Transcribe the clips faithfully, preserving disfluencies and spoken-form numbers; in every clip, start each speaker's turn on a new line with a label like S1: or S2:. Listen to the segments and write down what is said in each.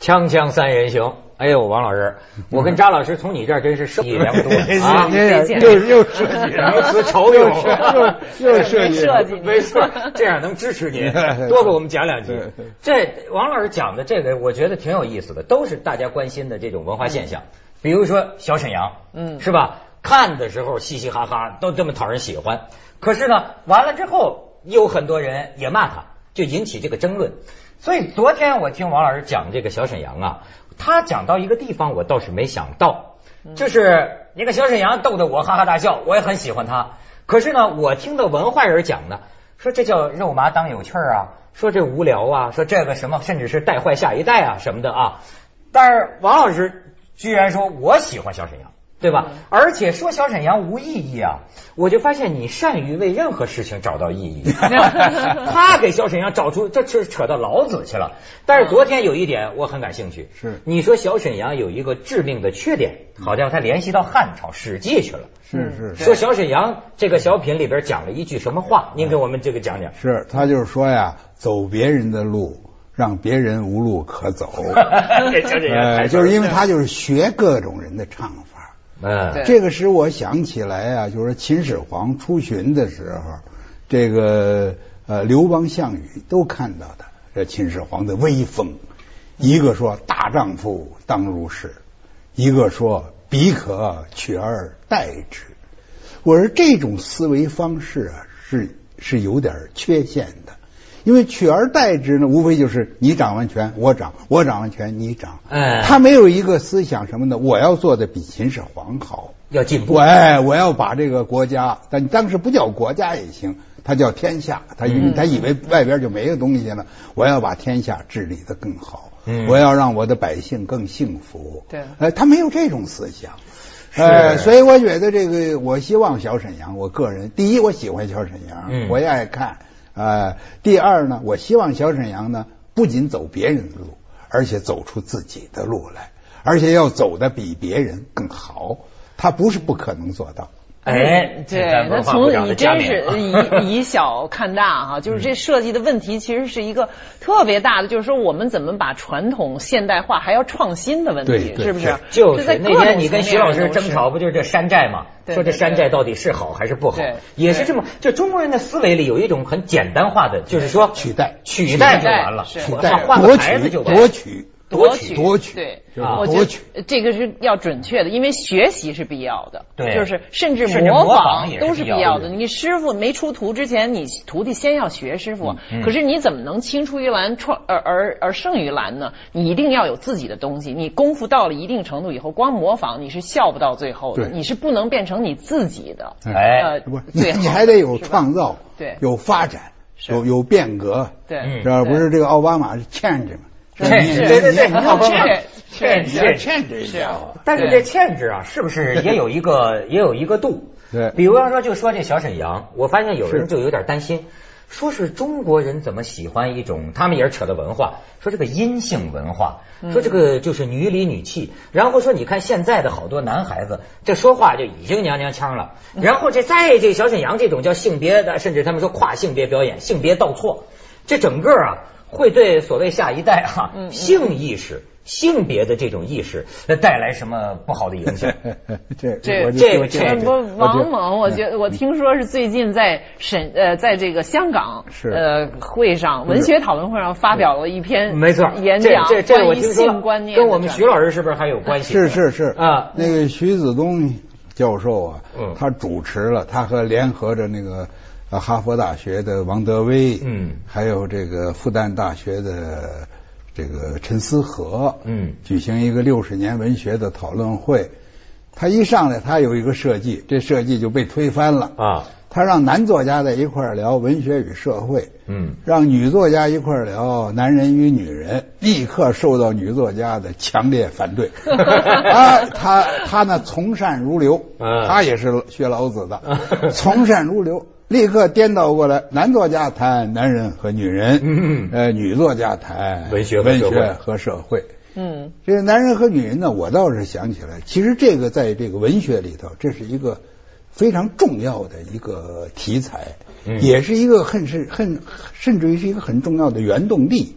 S1: 锵锵三人行，哎呦，王老师，我跟扎老师从你这儿真是受益良多啊！
S2: 又又设计
S1: 如此丑友，
S2: 又又设计，
S1: 没错，这样能支持您，多给我们讲两句。这王老师讲的这个，我觉得挺有意思的，都是大家关心的这种文化现象。比如说小沈阳，嗯，是吧？看的时候嘻嘻哈哈，都这么讨人喜欢。可是呢，完了之后有很多人也骂他，就引起这个争论。所以昨天我听王老师讲这个小沈阳啊，他讲到一个地方我倒是没想到，就是那个小沈阳逗得我哈哈大笑，我也很喜欢他。可是呢，我听到文化人讲呢，说这叫肉麻当有趣儿啊，说这无聊啊，说这个什么甚至是带坏下一代啊什么的啊。但是王老师居然说我喜欢小沈阳，对吧？而且说小沈阳无意义啊，我就发现你善于为任何事情找到意义。他给小沈阳找出，这是扯到老子去了。但是昨天有一点我很感兴趣，
S2: 是
S1: 你说小沈阳有一个致命的缺点，好像他联系到汉朝《史记》去了。
S2: 是是，
S1: 说小沈阳这个小品里边讲了一句什么话？您给我们这个讲讲。
S2: 是他就是说呀，走别人的路，让别人无路可走。呃，就是因为他就是学各种人的唱法。
S1: 嗯，
S2: 这个使我想起来啊，就是秦始皇出巡的时候，这个呃刘邦、项羽都看到的这秦始皇的威风。一个说大丈夫当如是，一个说彼可取而代之。我说这种思维方式啊，是是有点缺陷的。因为取而代之呢，无非就是你掌完权我掌，我掌完权你掌。哎，他没有一个思想什么的，我要做的比秦始皇好，
S1: 要进步。
S2: 哎，我要把这个国家，但当时不叫国家也行，他叫天下。他以、嗯、他以为外边就没有东西了，我要把天下治理得更好，嗯，我要让我的百姓更幸福。对，哎，他没有这种思想。呃，所以我觉得这个，我希望小沈阳，我个人第一，我喜欢小沈阳，嗯，我也爱看。呃，第二呢，我希望小沈阳呢不仅走别人的路，而且走出自己的路来，而且要走得比别人更好。他不是不可能做到。
S3: 哎，对，那从你真是以以小看大哈，就是这设计的问题其实是一个特别大的，就是说我们怎么把传统现代化还要创新的问题，是不是？
S1: 就是那天你跟徐老师争吵，不就是这山寨吗？说这山寨到底是好还是不好？也是这么，就中国人的思维里有一种很简单化的，就是说
S2: 取代，
S1: 取代就完了，
S2: 取代，
S1: 换个牌子就完了，
S2: 夺取。
S3: 夺取，
S2: 夺取，
S3: 对，我觉得这个是要准确的，因为学习是必要的，
S1: 对，
S3: 就是甚至模仿都是必要的。你师傅没出徒之前，你徒弟先要学师傅，可是你怎么能青出于蓝创而而而胜于蓝呢？你一定要有自己的东西，你功夫到了一定程度以后，光模仿你是笑不到最后的，你是不能变成你自己的。
S1: 哎，
S2: 不，你你还得有创造，
S3: 对，
S2: 有发展，有有变革，
S3: 对，
S2: 这不是这个奥巴马是 change 吗？
S1: 对对对对，
S3: 你要欠
S1: 欠
S2: 欠欠制一下，
S1: 但是这欠制啊，是不是也有一个也有一个度？
S2: 对，
S1: 比如说就说这小沈阳，我发现有人就有点担心，说是中国人怎么喜欢一种，他们也是扯的文化，说这个阴性文化，说这个就是女里女气，然后说你看现在的好多男孩子，这说话就已经娘娘腔了，然后这在这小沈阳这种叫性别的，甚至他们说跨性别表演，性别倒错，这整个啊。会对所谓下一代哈、啊嗯、性意识、性别的这种意识带来什么不好的影响？
S2: 这
S3: 这
S2: 这
S3: 这不王蒙，我觉得我听说是最近在审呃在这个香港呃会上文学讨论会上发表了一篇
S1: 没错
S3: 演讲，
S1: 这这我
S3: 听说观念
S1: 跟我们徐老师是不是还有关系？
S2: 是是是
S1: 啊，
S2: 那个徐子东教授啊，嗯，他主持了，他和联合着那个。哈佛大学的王德威，嗯，还有这个复旦大学的这个陈思和，嗯，举行一个六十年文学的讨论会。他一上来，他有一个设计，这设计就被推翻了啊。他让男作家在一块儿聊文学与社会，嗯，让女作家一块儿聊男人与女人，立刻受到女作家的强烈反对。啊，他他呢从善如流，他也是学老子的，从善如流。立刻颠倒过来，男作家谈男人和女人，嗯，呃，女作家谈
S1: 文学
S2: 文学和社会。嗯，这个男人和女人呢，我倒是想起来，其实这个在这个文学里头，这是一个非常重要的一个题材，嗯、也是一个很是很甚至于是一个很重要的原动力。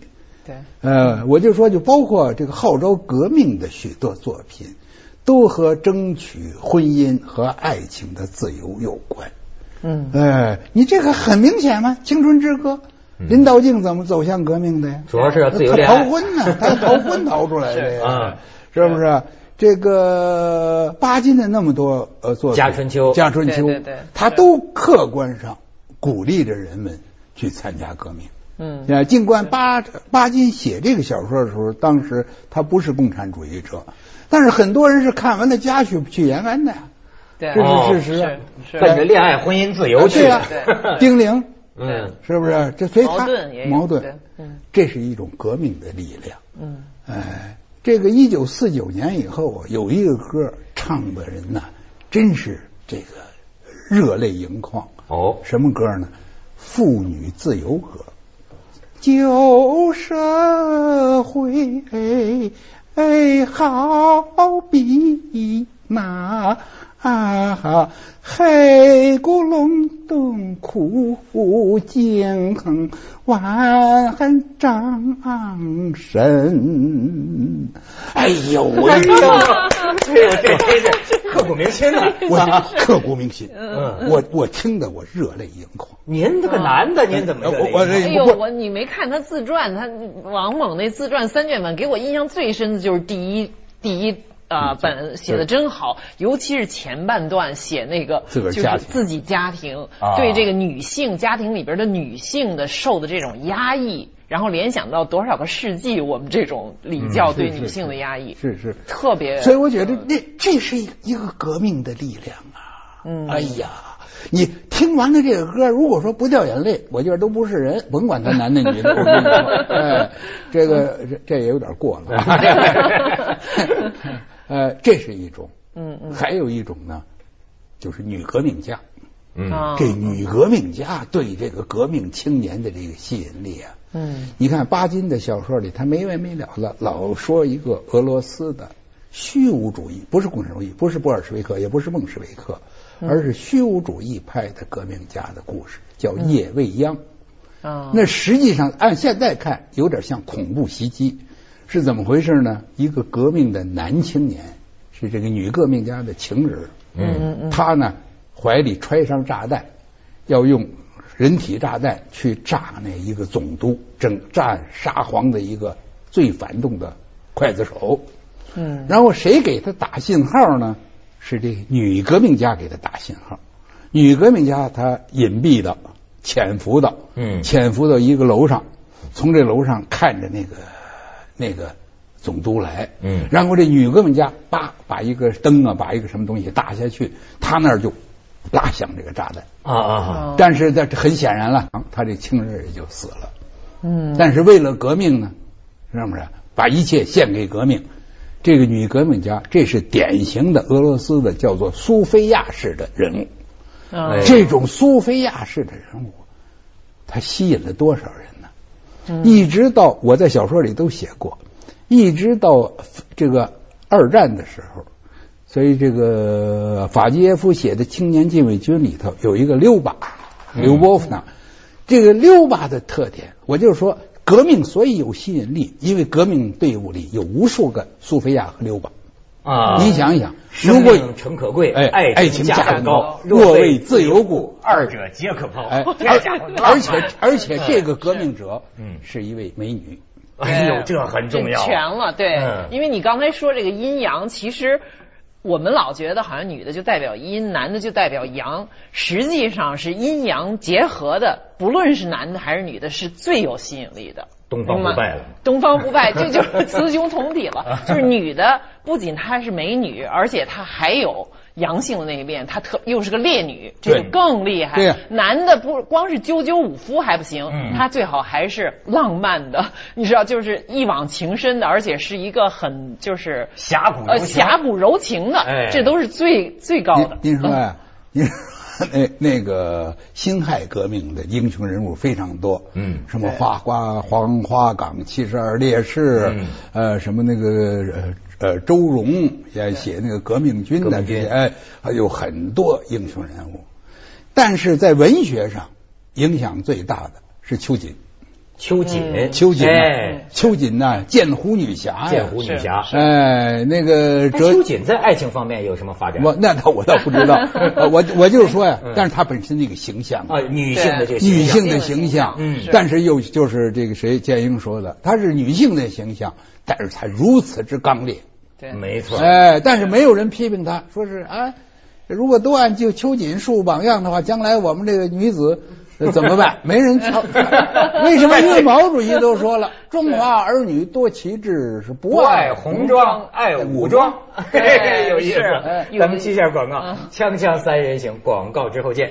S3: 对，
S2: 呃，我就说，就包括这个号召革命的许多作品，都和争取婚姻和爱情的自由有关。嗯，哎，你这个很明显嘛，《青春之歌》，林道静怎么走向革命的呀？
S1: 主要是要自由恋爱，
S2: 逃婚呢，他逃婚逃出来的呀，是不是？这个巴金的那么多呃作品，
S1: 家春秋，
S2: 家春秋，
S3: 对对对，
S2: 他都客观上鼓励着人们去参加革命。嗯，啊，尽管巴巴金写这个小说的时候，当时他不是共产主义者，但是很多人是看完了家去去延安的呀。
S3: 对，
S2: 这是事实啊，
S1: 奔着恋爱、婚姻、自由去
S2: 的。丁玲，
S1: 嗯，
S2: 是不是？这所以他
S3: 矛盾也
S2: 矛盾，嗯，这是一种革命的力量。嗯，哎，这个一九四九年以后啊，有一个歌唱的人呐，真是这个热泪盈眶。
S1: 哦，
S2: 什么歌呢？妇女自由歌。旧社会好比那啊，黑咕隆咚苦尽万丈深。哎呦喂！
S1: 哎呦，这真是刻骨铭心啊！
S2: 我刻骨铭心。嗯，我我听得我热泪盈眶。
S1: 您这个男的，您怎么热泪盈眶？
S3: 哎呦，我你没看他自传，他王蒙那自传三卷本，给我印象最深的就是第一第一。啊、呃，本写的真好，尤其是前半段写那个就是自己家庭，
S2: 啊、
S3: 对这个女性家庭里边的女性的受的这种压抑，然后联想到多少个世纪我们这种礼教对女性的压抑，
S2: 嗯、是, 是, 是, 是
S3: 特别。
S2: 所以我觉得这这是一一个革命的力量啊！嗯，哎呀。你听完了这个歌，如果说不掉眼泪，我觉得都不是人，甭管他男的女的。我跟你说，哎，这个这这也有点过了。呃，这是一种，嗯嗯，还有一种呢，就是女革命家。嗯，这女革命家对这个革命青年的这个吸引力啊，嗯，你看巴金的小说里，他没完没了的老说一个俄罗斯的虚无主义，不是共产主义，不是布尔什维克，也不是孟什维克。而是虚无主义派的革命家的故事，叫叶未央。啊、嗯，那实际上按现在看，有点像恐怖袭击，是怎么回事呢？一个革命的男青年，是这个女革命家的情人。嗯嗯，他呢怀里揣上炸弹，要用人体炸弹去炸那一个总督，整炸沙皇的一个最反动的刽子手。嗯，然后谁给他打信号呢？是这女革命家给他打信号，女革命家她隐蔽的潜伏的，嗯，潜伏到一个楼上，从这楼上看着那个那个总督来，嗯，然后这女革命家叭把一个灯啊，把一个什么东西打下去，他那儿就拉响这个炸弹啊啊！但是这很显然了，他这情人也就死了，嗯，但是为了革命呢，是不是把一切献给革命？这个女革命家，这是典型的俄罗斯的叫做苏菲亚式的人物。嗯、这种苏菲亚式的人物，他吸引了多少人呢？嗯、一直到我在小说里都写过，一直到这个二战的时候，所以这个法基耶夫写的《青年禁卫军》里头有一个溜巴，刘波夫呢，嗯、这个溜巴的特点，我就是说。革命所以有吸引力，因为革命队伍里有无数个苏菲亚和溜巴啊！你想一想，如果
S1: 诚可贵，
S2: 哎，
S1: 爱
S2: 情
S1: 价更高，
S2: 若为自由故，
S1: 二者皆可抛。
S2: 哎，而且而且这个革命者，嗯，是一位美女。
S1: 哎呦，这很重要，
S3: 全了，对，嗯、因为你刚才说这个阴阳，其实。我们老觉得好像女的就代表阴，男的就代表阳，实际上是阴阳结合的，不论是男的还是女的，是最有吸引力的。
S1: 东方不败了，
S3: 东方不败，这就是雌雄同体了。就是女的不仅她是美女，而且她还有阳性的那一面，她特又是个烈女，这就更厉害。
S2: 对，
S3: 男的不光是赳赳武夫还不行，嗯、他最好还是浪漫的，你知道，就是一往情深的，而且是一个很就是
S1: 侠骨
S3: 呃侠骨柔情的，哎、这都是最最高的。
S2: 您说呀，您、嗯。那那个辛亥革命的英雄人物非常多，嗯，什么花花黄花岗七十二烈士，嗯、呃，什么那个呃周荣也写那个革命军的这些，哎，还有很多英雄人物。但是在文学上影响最大的是秋瑾，
S1: 秋瑾，
S2: 秋瑾，哎，秋瑾呐，剑湖女侠呀，
S1: 剑湖女侠，
S2: 哎，那个
S1: 秋瑾在爱情方面有什么发展？
S2: 我那倒我倒不知道，我我就是说呀，但是她本身那个形象
S1: 啊，女性的这个
S2: 女性的形象，嗯，但是又就是这个谁建英说的，她是女性的形象，但是她如此之刚烈，
S3: 对，
S1: 没错，
S2: 哎，但是没有人批评她，说是啊，如果都按就秋瑾树榜样的话，将来我们这个女子。怎么办？没人操。为什么？因为毛主席都说了，中华儿女多奇志，是不爱
S1: 红装，爱武装。有意思。咱们接下广告，锵锵三人行，广告之后见。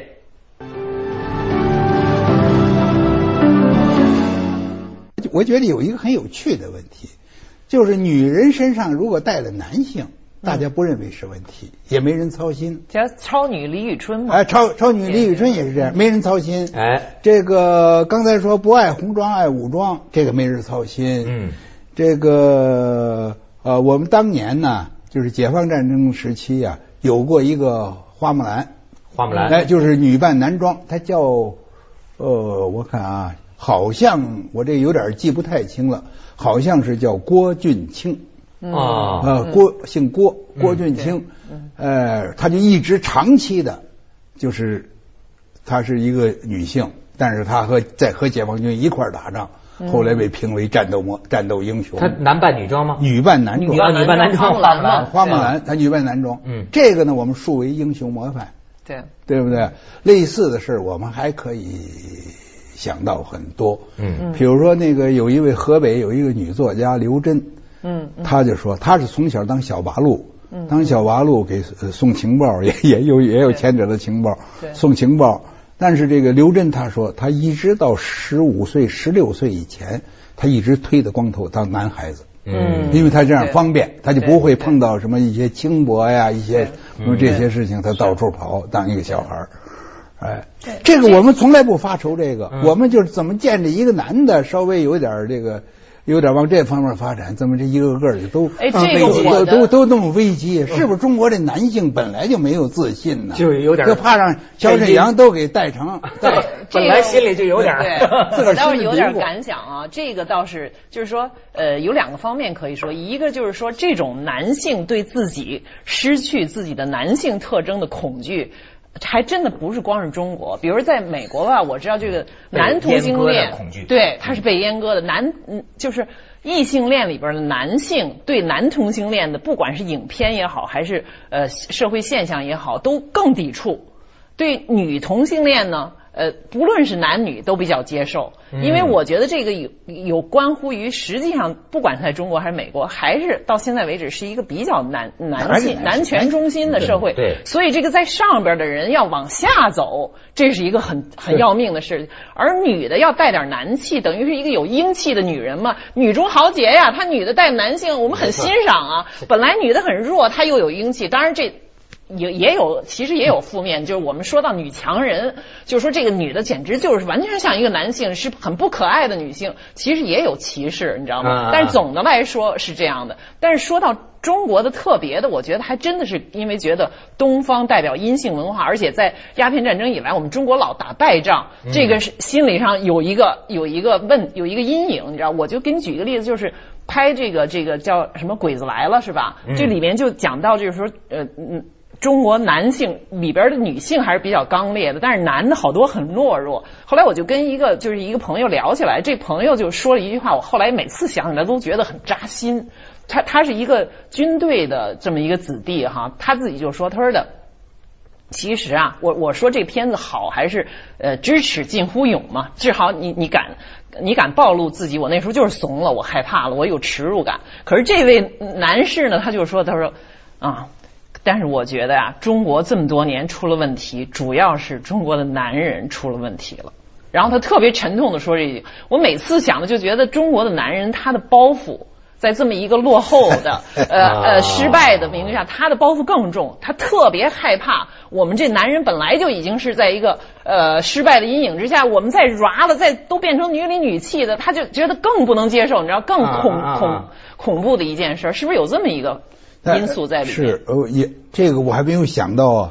S2: 我觉得有一个很有趣的问题，就是女人身上如果带了男性。大家不认为是问题，也没人操心。
S3: 叫超女李宇春嘛，
S2: 哎，超超女李宇春也是这样，没人操心。
S1: 哎，
S2: 这个刚才说不爱红装爱武装，这个没人操心。嗯，这个呃，我们当年呢，就是解放战争时期啊，有过一个花木兰，
S1: 花木兰，
S2: 哎，就是女扮男装，她叫呃，我看啊，好像我这有点记不太清了，好像是叫郭俊卿。
S1: 啊，
S2: 呃，郭姓郭，郭俊卿，呃，他就一直长期的，就是她是一个女性，但是她和在和解放军一块打仗，后来被评为战斗模战斗英雄。
S1: 她男扮女装吗？
S2: 女扮男装，
S1: 女扮男装，
S3: 花木兰嘛，
S2: 花木兰，她女扮男装。嗯，这个呢，我们树为英雄模范，
S3: 对，
S2: 对不对？类似的事我们还可以想到很多。嗯，比如说那个有一位河北有一个女作家刘珍。嗯，他就说他是从小当小八路，嗯、当小八路给、呃、送情报，也也有也有前者的情报，送情报。但是这个刘震他说，他一直到十五岁、十六岁以前，他一直推的光头当男孩子，嗯，因为他这样方便，他就不会碰到什么一些轻薄呀、一些什么这些事情，他到处跑当一个小孩。哎，这个我们从来不发愁这个，嗯、我们就是怎么见着一个男的稍微有点这个。有点往这方面发展，怎么这一个个的都
S3: 哎，这个我
S2: 都都都那么危机，是不是？中国这男性本来就没有自信呢，
S1: 就有点
S2: 就怕让肖沈阳都给带成，
S1: 对，本来心里就有点，
S3: 自个儿倒是有点感想啊。这个倒是就是说，呃，有两个方面可以说，一个就是说，这种男性对自己失去自己的男性特征的恐惧。还真的不是光是中国，比如在美国吧，我知道这个男同性恋，对，他是被阉割的。男，嗯，就是异性恋里边的男性对男同性恋的，不管是影片也好，还是呃社会现象也好，都更抵触。对女同性恋呢，呃，不论是男女都比较接受，因为我觉得这个有有关乎于，实际上不管在中国还是美国，还是到现在为止是一个比较男男性男权中心的社会，
S1: 对，
S3: 所以这个在上边的人要往下走，这是一个很很要命的事。而女的要带点男气，等于是一个有英气的女人嘛，女中豪杰呀，她女的带男性，我们很欣赏啊。本来女的很弱，她又有英气，当然这。也也有，其实也有负面，就是我们说到女强人，就是说这个女的简直就是完全像一个男性，是很不可爱的女性，其实也有歧视，你知道吗？但是总的来说是这样的。但是说到中国的特别的，我觉得还真的是因为觉得东方代表阴性文化，而且在鸦片战争以来，我们中国老打败仗，这个是心理上有一个有一个问有一个阴影，你知道？我就给你举一个例子，就是拍这个这个叫什么《鬼子来了》是吧？这里面就讲到就是说呃嗯。中国男性里边的女性还是比较刚烈的，但是男的好多很懦弱。后来我就跟一个就是一个朋友聊起来，这朋友就说了一句话，我后来每次想起来都觉得很扎心。他他是一个军队的这么一个子弟哈，他自己就说，他说的，其实啊，我我说这片子好还是呃知耻近乎勇嘛，至少你你敢。你敢暴露自己，我那时候就是怂了，我害怕了，我有耻辱感。可是这位男士呢，他就说，他说啊。但是我觉得啊，中国这么多年出了问题，主要是中国的男人出了问题了。然后他特别沉痛的说这句，我每次想的就觉得中国的男人他的包袱，在这么一个落后的呃呃失败的名下，他的包袱更重，他特别害怕我们这男人本来就已经是在一个呃失败的阴影之下，我们再软了，再都变成女里女气的，他就觉得更不能接受，你知道，更恐恐恐怖的一件事，是不是有这么一个因素在里面？
S2: 是，呃，也这个我还没有想到啊。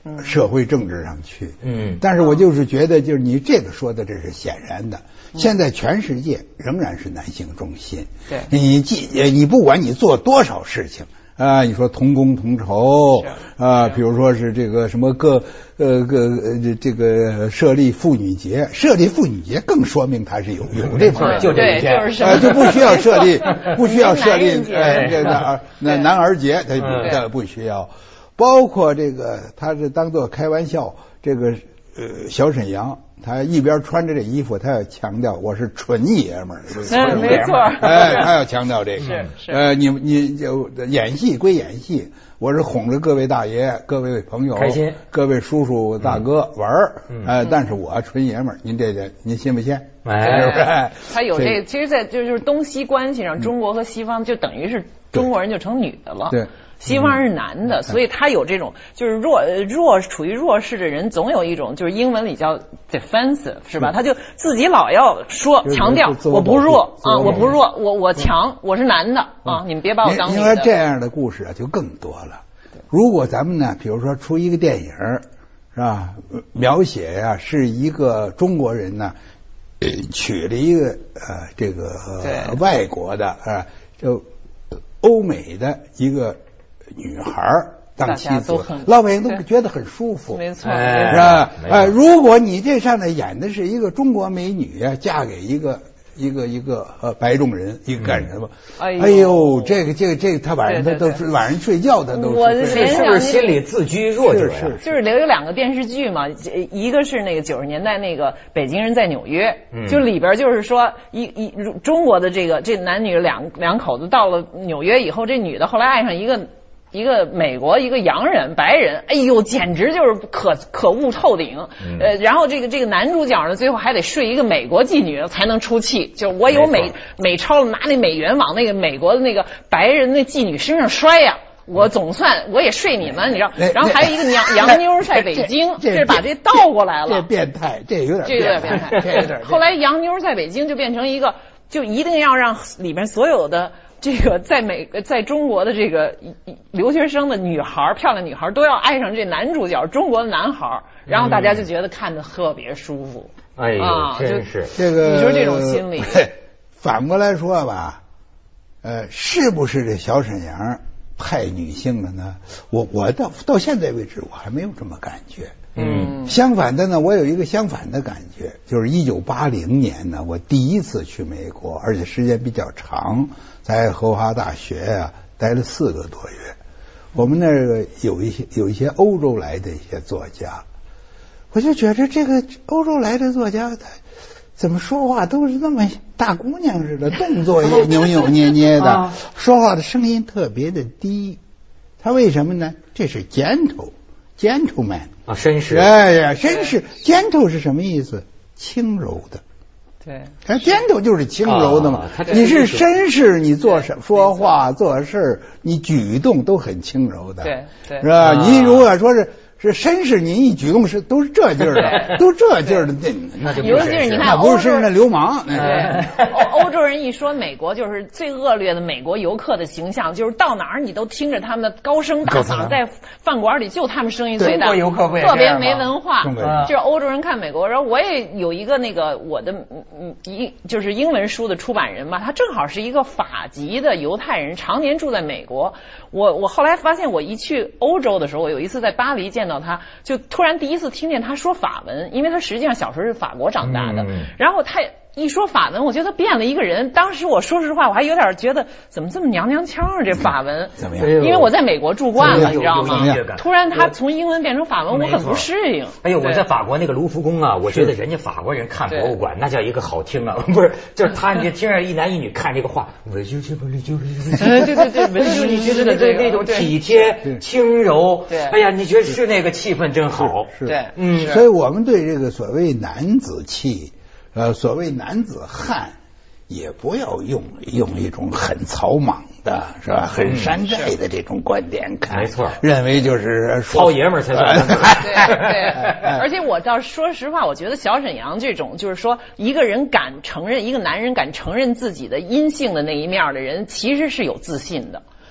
S2: 社会政治上去。嗯，但是我就是觉得，就是你这个说的这是显然的。现在全世界仍然是男性中心。
S3: 对，
S2: 你既你不管你做多少事情。啊，你说同工同酬啊，比如说是这个什么各呃个呃这个设立妇女节，设立妇女节更说明它是有有这方面，
S1: 就这一天，
S2: 呃就不需要设立不需要设立呃这个那男儿节，它它不需要，包括这个他是当做开玩笑，这个呃小沈阳。他一边穿着这衣服，他要强调我是纯爷们儿，
S3: 嗯，没错，
S2: 哎，他要强调这个，
S3: 是是，
S2: 呃，你你就演戏归演戏，我是哄着各位大爷、各位朋友、
S1: 开心，
S2: 各位叔叔大哥玩儿，哎，但是我纯爷们儿，您这点您信不信？
S3: 哎，他有这，其实，在就是东西关系上，中国和西方就等于是中国人就成女的了，
S2: 对。
S3: 西方是男的，所以他有这种就是弱弱处于弱势的人，总有一种就是英文里叫 defensive 是吧？他就自己老要说强调我不弱啊，我不弱，我我强，我是男的啊，你们别把我当女的。
S2: 因为这样的故事啊就更多了。如果咱们呢，比如说出一个电影是吧，描写呀、啊、是一个中国人呢，娶了一个呃这个、呃、外国的啊，就欧美的一个。女孩当妻子，老百姓都觉得很舒服，
S3: 没错，
S2: 是吧？哎，如果你这上面演的是一个中国美女啊，嫁给一个一个一个呃白种人，一个干什么？哎呦，这个这个这个，他晚上他都是晚上睡觉他都是，
S3: 我联
S1: 想是不是心理自居弱者？
S2: 是
S3: 就是有两个电视剧嘛，一个是那个九十年代那个《北京人在纽约》，就里边就是说一一中国的这个这男女两两口子到了纽约以后，这女的后来爱上一个。一个美国一个洋人白人，哎呦，简直就是可可恶透顶。嗯、呃，然后这个这个男主角呢，最后还得睡一个美国妓女才能出气。就我有美美钞拿那美元往那个美国的那个白人那妓女身上摔呀、啊，我总算我也睡你们，你知道。然后还有一个洋洋妞在北京，这是把这倒过来了。
S2: 这变态，这有点
S3: 这有点变态，这有点。后来洋妞在北京就变成一个，就一定要让里面所有的。这个在美在中国的这个留学生的女孩，漂亮女孩都要爱上这男主角中国的男孩，然后大家就觉得看着特别舒服。
S1: 哎呦，啊、真是
S2: 这个，
S3: 你说这种心理。
S2: 反过来说吧，呃，是不是这小沈阳派女性的呢？我我到到现在为止我还没有这么感觉。嗯，相反的呢，我有一个相反的感觉，就是一九八零年呢，我第一次去美国，而且时间比较长，在和华大学啊待了四个多月。我们那儿有一些有一些欧洲来的一些作家，我就觉得这个欧洲来的作家，他怎么说话都是那么大姑娘似的，动作也扭扭捏捏的，说话的声音特别的低。他为什么呢？这是 gentle gentleman
S1: 啊，绅士。
S2: 哎呀，绅士 gentle 是什么意思？轻柔的。
S3: 对，
S2: 他 gentle 就是轻柔的嘛。啊、你是绅士，你做什说话做事，你举动都很轻柔的，
S3: 对对，
S2: 是吧？啊、你如果说是。是绅士，你一举动是都是这劲儿的，都这劲儿的，
S3: 那尤其是你看，
S2: 那不是绅士，那流氓。
S3: 对，欧欧洲人一说美国，就是最恶劣的美国游客的形象，就是到哪儿你都听着他们的高声大嗓，在饭馆里就他们声音最大，
S1: 中国游客
S3: 特别没文化。就是欧洲人看美国，然后我也有一个那个我的嗯一就是英文书的出版人嘛，他正好是一个法籍的犹太人，常年住在美国。我我后来发现，我一去欧洲的时候，我有一次在巴黎见到他，就突然第一次听见他说法文，因为他实际上小时候是法国长大的，嗯、然后他一说法文，我觉得他变了一个人。当时我说实话，我还有点觉得怎么这么娘娘腔啊，这法文
S2: 怎么样？
S3: 因为我在美国住惯了，你知道吗？突然他从英文变成法文，我很不适应。
S1: 哎呦，我在法国那个卢浮宫啊，我觉得人家法国人看博物馆那叫一个好听啊，不是，就是他你听着一男一女看这个画，我就就不就
S3: 对对对对，
S1: 你觉得对那种体贴轻柔，对，哎呀，你觉得是那个气氛真好，
S3: 对，
S2: 嗯，所以我们对这个所谓男子气。呃，所谓男子汉，也不要用用一种很草莽的，是吧？很山寨的这种观点看，
S1: 没错，
S2: 认为就是
S1: 糙爷们儿才算。
S3: 对对，而且我倒说实话，我觉得小沈阳这种，就是说一个人敢承认，一个男人敢承认自己的阴性的那一面的人，其实是有自信的。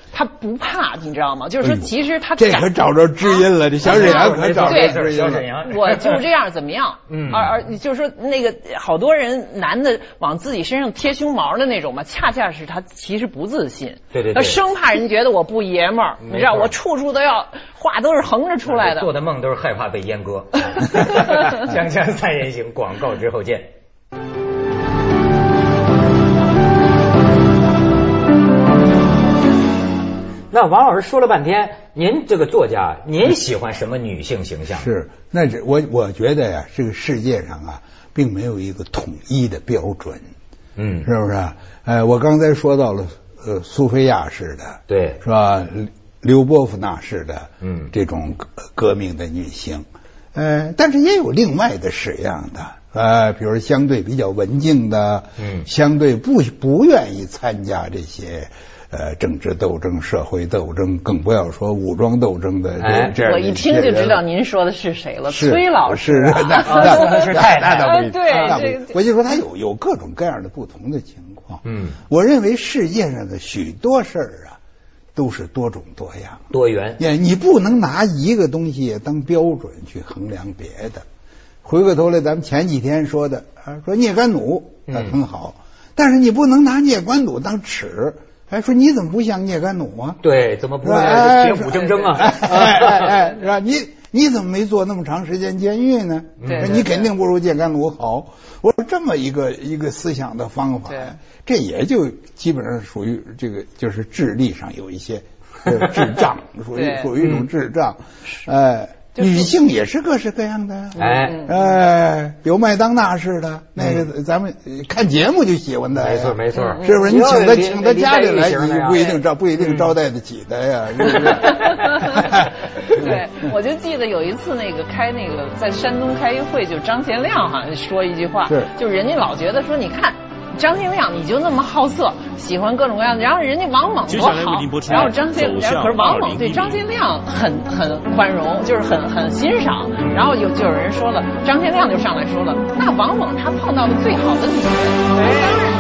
S3: 他不怕，你知道吗？就是说，其实他
S2: 这可找着知音了，这小沈阳可找着知音了。
S3: 我就这样怎么样？嗯，而而就是说，那个好多人男的往自己身上贴胸毛的那种嘛，恰恰是他其实不自信，
S1: 对对对，
S3: 生怕人觉得我不爷们儿，你知道，我处处都要话都是横着出来的，
S1: 做的梦都是害怕被阉割。锵锵三人行，广告之后见。那王老师说了半天，您这个作家，您喜欢什么女性形象？
S2: 是，那这我我觉得呀，这个世界上啊，并没有一个统一的标准，嗯，是不是？呃，我刚才说到了，呃，苏菲亚式的，
S1: 对，
S2: 是吧？刘波夫娜式的，嗯，这种革命的女性，呃，但是也有另外的式样的，呃，比如相对比较文静的，嗯，相对不不愿意参加这些。呃，政治斗争、社会斗争，更不要说武装斗争的这这样。
S3: 我一听就知道您说的是谁了，崔老师。
S2: 是，那那是太那倒不一定。
S3: 对，
S2: 我就说他有有各种各样的不同的情况。嗯，我认为世界上的许多事儿啊，都是多种多样、
S1: 多元。
S2: 你不能拿一个东西当标准去衡量别的。回过头来，咱们前几天说的啊，说聂甘努那很好，但是你不能拿聂甘努当尺。哎，说你怎么不像聂甘努啊？
S1: 对，怎么不铁骨铮铮啊？
S2: 哎哎哎，是吧？你你怎么没坐那么长时间监狱呢？对，你肯定不如聂甘努好。我说这么一个一个思想的方法，这也就基本上属于这个，就是智力上有一些智障，属于属于一种智障。哎。女性也是各式各样的，哎哎，有麦当娜式的，那个咱们看节目就喜欢的，
S1: 没错没错，
S2: 是不是？你请他请他家里来，你不一定招不一定招待得起的呀，是不是？
S3: 对，我就记得有一次那个开那个在山东开一会，就张贤亮好像说一句话，是，就人家老觉得说你看。张贤亮你就那么好色，喜欢各种各样的，然后人家王猛多好，然后张贤，然后可是王猛对张贤亮很很宽容，就是很很欣赏，然后有就有人说了，张贤亮就上来说了，那王猛他碰到的最好的女人，当然。